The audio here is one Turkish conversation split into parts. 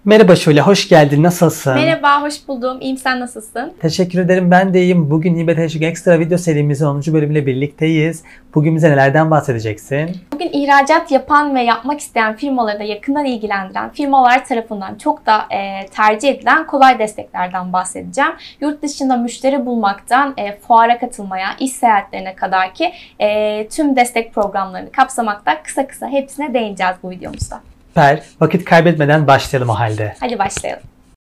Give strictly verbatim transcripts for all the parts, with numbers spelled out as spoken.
Merhaba Şule, hoş geldin. Nasılsın? Merhaba, hoş buldum. İyiyim, sen nasılsın? Teşekkür ederim, ben de iyiyim. Bugün Nimet Teşvik Ekstra video serimizin onuncu bölümüyle birlikteyiz. Bugün bize nelerden bahsedeceksin? Bugün ihracat yapan ve yapmak isteyen firmaları da yakından ilgilendiren firmalar tarafından çok da e, tercih edilen kolay desteklerden bahsedeceğim. Yurt dışında müşteri bulmaktan e, fuara katılmaya, iş seyahatlerine kadar ki e, tüm destek programlarını kapsamakta kısa kısa hepsine değineceğiz bu videomuzda. Süper. Vakit kaybetmeden başlayalım o halde. Hadi başlayalım.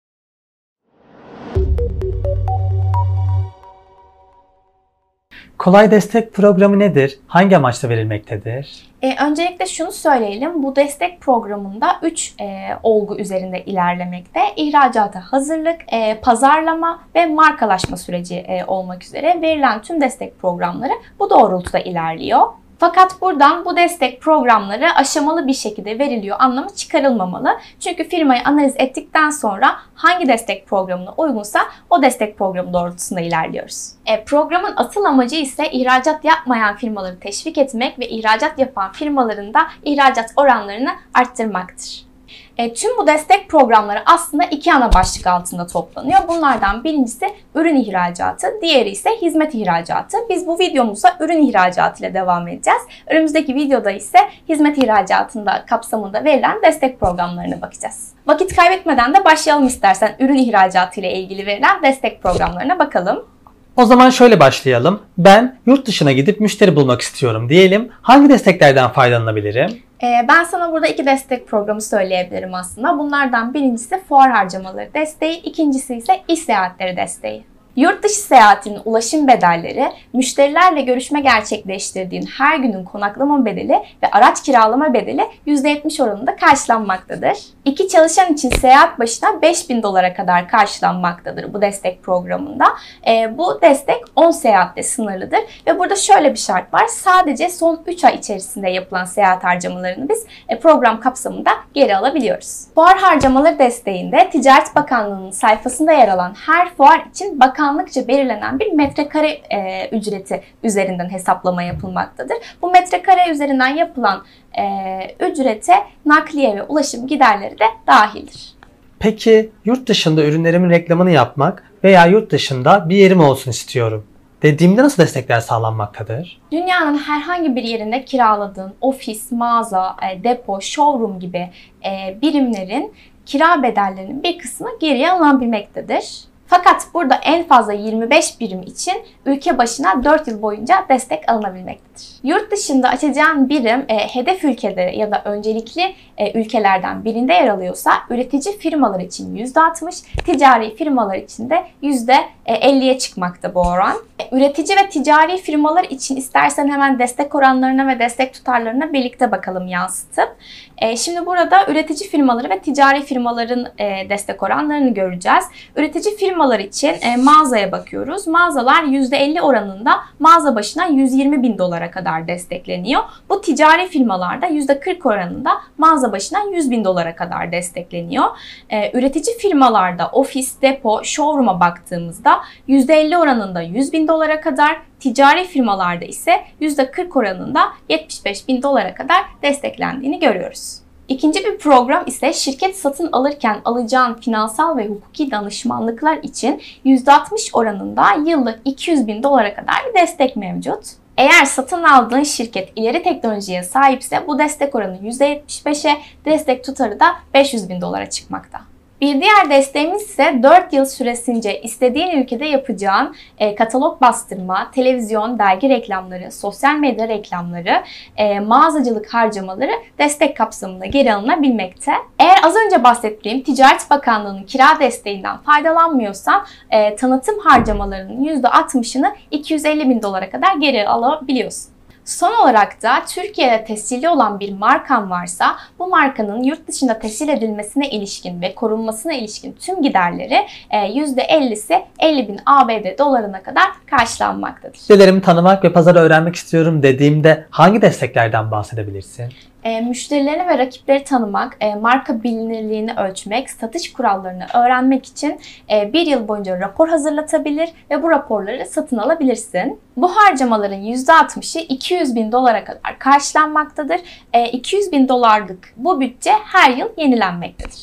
Kolay destek programı nedir? Hangi amaçla verilmektedir? Ee, öncelikle şunu söyleyelim. Bu destek programında üç e, olgu üzerinde ilerlemekte. İhracata hazırlık, e, pazarlama ve markalaşma süreci e, olmak üzere verilen tüm destek programları bu doğrultuda ilerliyor. Fakat buradan bu destek programları aşamalı bir şekilde veriliyor anlamı çıkarılmamalı. Çünkü firmayı analiz ettikten sonra hangi destek programına uygunsa o destek programı doğrultusunda ilerliyoruz. E, programın asıl amacı ise ihracat yapmayan firmaları teşvik etmek ve ihracat yapan firmaların da ihracat oranlarını arttırmaktır. E, tüm bu destek programları aslında iki ana başlık altında toplanıyor. Bunlardan birincisi ürün ihracatı, diğeri ise hizmet ihracatı. Biz bu videomuzda ürün ihracatı ile devam edeceğiz. Önümüzdeki videoda ise hizmet ihracatında kapsamında verilen destek programlarına bakacağız. Vakit kaybetmeden de başlayalım istersen ürün ihracatı ile ilgili verilen destek programlarına bakalım. O zaman şöyle başlayalım. Ben yurt dışına gidip müşteri bulmak istiyorum diyelim. Hangi desteklerden faydalanabilirim? Ben sana burada iki destek programı söyleyebilirim aslında. Bunlardan birincisi fuar harcamaları desteği, ikincisi ise iş seyahatleri desteği. Yurt dışı seyahatinin ulaşım bedelleri, müşterilerle görüşme gerçekleştirdiğin her günün konaklama bedeli ve araç kiralama bedeli yüzde yetmiş oranında karşılanmaktadır. İki çalışan için seyahat başına beş bin dolara kadar karşılanmaktadır bu destek programında. E, bu destek on seyahatle sınırlıdır ve burada şöyle bir şart var. Sadece son üç ay içerisinde yapılan seyahat harcamalarını biz e, program kapsamında geri alabiliyoruz. Fuar harcamaları desteğinde Ticaret Bakanlığı'nın sayfasında yer alan her fuar için bakan bakanlıkça belirlenen bir metrekare e, ücreti üzerinden hesaplama yapılmaktadır. Bu metrekare üzerinden yapılan e, ücrete nakliye ve ulaşım giderleri de dahildir. Peki yurt dışında ürünlerimin reklamını yapmak veya yurt dışında bir yerim olsun istiyorum dediğimde nasıl destekler sağlanmaktadır? Dünyanın herhangi bir yerinde kiraladığın ofis, mağaza, e, depo, showroom gibi e, birimlerin kira bedellerinin bir kısmı geriye alınabilmektedir. Fakat burada en fazla yirmi beş birim için ülke başına dört yıl boyunca destek alınabilmektedir. Yurt dışında açacağın birim e, hedef ülkede ya da öncelikli e, ülkelerden birinde yer alıyorsa üretici firmalar için yüzde altmış, ticari firmalar için de yüzde elliye çıkmakta bu oran. E, üretici ve ticari firmalar için istersen hemen destek oranlarına ve destek tutarlarına birlikte bakalım yansıtıp. E, şimdi burada üretici firmaları ve ticari firmaların e, destek oranlarını göreceğiz. Üretici firmalar için e, mağazaya bakıyoruz. Mağazalar yüzde elli oranında mağaza başına yüz yirmi bin dolara kadar destekleniyor. Bu ticari firmalarda yüzde kırk oranında mağaza başına yüz bin dolara kadar destekleniyor. Ee, üretici firmalarda ofis, depo, showroom'a baktığımızda yüzde elli oranında yüz bin dolara kadar, ticari firmalarda ise yüzde kırk oranında yetmiş beş bin dolara kadar desteklendiğini görüyoruz. İkinci bir program ise şirket satın alırken alacağın finansal ve hukuki danışmanlıklar için yüzde altmış oranında yıllık iki yüz bin dolara kadar bir destek mevcut. Eğer satın aldığın şirket ileri teknolojiye sahipse bu destek oranı yüzde yetmiş beşe, destek tutarı da beş yüz bin dolara çıkmakta. Bir diğer desteğimiz ise dört yıl süresince istediğin ülkede yapacağın e, katalog bastırma, televizyon, dergi reklamları, sosyal medya reklamları, e, mağazacılık harcamaları destek kapsamında geri alınabilmekte. Eğer az önce bahsettiğim Ticaret Bakanlığı'nın kira desteğinden faydalanmıyorsan e, tanıtım harcamalarının yüzde altmışını iki yüz elli bin dolara kadar geri alabiliyorsun. Son olarak da Türkiye'de tescilli olan bir markan varsa bu markanın yurt dışında tescil edilmesine ilişkin ve korunmasına ilişkin tüm giderleri yüzde ellisi elli bin A B D dolarına kadar karşılanmaktadır. Müşterilerimi tanımak ve pazarı öğrenmek istiyorum dediğimde hangi desteklerden bahsedebilirsin? E, müşterilerini ve rakipleri tanımak, e, marka bilinirliğini ölçmek, satış kurallarını öğrenmek için e, bir yıl boyunca rapor hazırlatabilir ve bu raporları satın alabilirsin. Bu harcamaların yüzde altmışı iki yüz bin dolara kadar karşılanmaktadır. E, iki yüz bin dolarlık bu bütçe her yıl yenilenmektedir.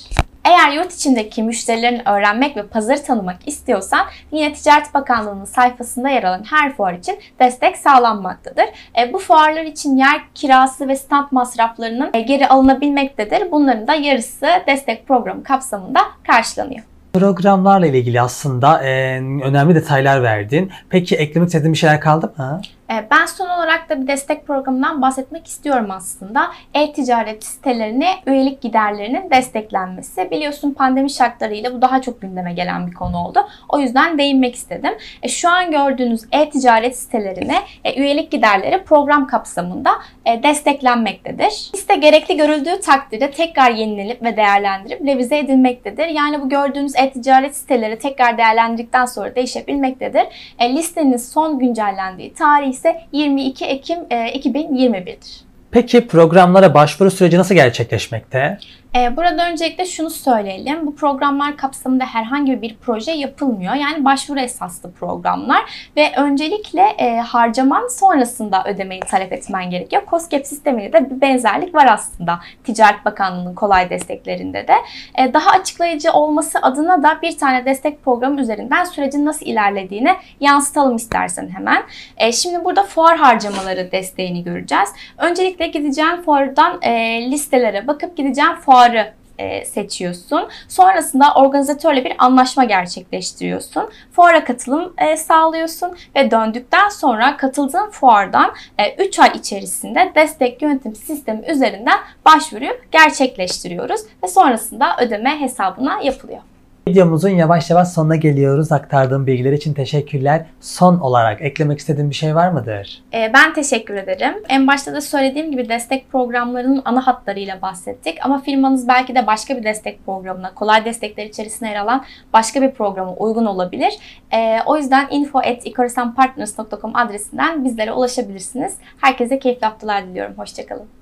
Eğer yurt içindeki müşterilerini öğrenmek ve pazarı tanımak istiyorsan yine Ticaret Bakanlığı'nın sayfasında yer alan her fuar için destek sağlanmaktadır. E, bu fuarlar için yer kirası ve stand masraflarının e, geri alınabilmektedir. Bunların da yarısı destek programı kapsamında karşılanıyor. Programlarla ilgili aslında e, önemli detaylar verdin. Peki eklemek istediğin bir şeyler kaldı mı? Ben son olarak da bir destek programından bahsetmek istiyorum aslında. E-ticaret sitelerine üyelik giderlerinin desteklenmesi. Biliyorsun pandemi şartlarıyla bu daha çok gündeme gelen bir konu oldu. O yüzden değinmek istedim. Şu an gördüğünüz e-ticaret sitelerine üyelik giderleri program kapsamında desteklenmektedir. Site gerekli görüldüğü takdirde tekrar yenilenip ve değerlendirip revize edilmektedir. Yani bu gördüğünüz e-ticaret siteleri tekrar değerlendirdikten sonra değişebilmektedir. Listenin son güncellendiği tarih ise yirmi iki Ekim iki bin yirmi bir'dir. Peki programlara başvuru süreci nasıl gerçekleşmekte? Burada öncelikle şunu söyleyelim. Bu programlar kapsamında herhangi bir proje yapılmıyor. Yani başvuru esaslı programlar ve öncelikle e, harcaman sonrasında ödemeyi talep etmen gerekiyor. KOSGEB sistemiyle de bir benzerlik var aslında. Ticaret Bakanlığı'nın kolay desteklerinde de. E, daha açıklayıcı olması adına da bir tane destek programı üzerinden sürecin nasıl ilerlediğini yansıtalım istersen hemen. E, şimdi burada fuar harcamaları desteğini göreceğiz. Öncelikle gideceğin fuardan e, listelere bakıp gideceğin fuar seçiyorsun. Sonrasında organizatörle bir anlaşma gerçekleştiriyorsun. Fuara katılım sağlıyorsun ve döndükten sonra katıldığın fuardan üç ay içerisinde destek yönetim sistemi üzerinden başvuruyu gerçekleştiriyoruz ve sonrasında ödeme hesabına yapılıyor. Videomuzun yavaş yavaş sonuna geliyoruz. Aktardığım bilgiler için teşekkürler. Son olarak eklemek istediğin bir şey var mıdır? Ben teşekkür ederim. En başta da söylediğim gibi destek programlarının ana hatlarıyla bahsettik. Ama firmanız belki de başka bir destek programına, kolay destekler içerisine yer alan başka bir programa uygun olabilir. O yüzden info at ikarisanpartners nokta com adresinden bizlere ulaşabilirsiniz. Herkese keyifli haftalar diliyorum. Hoşça kalın.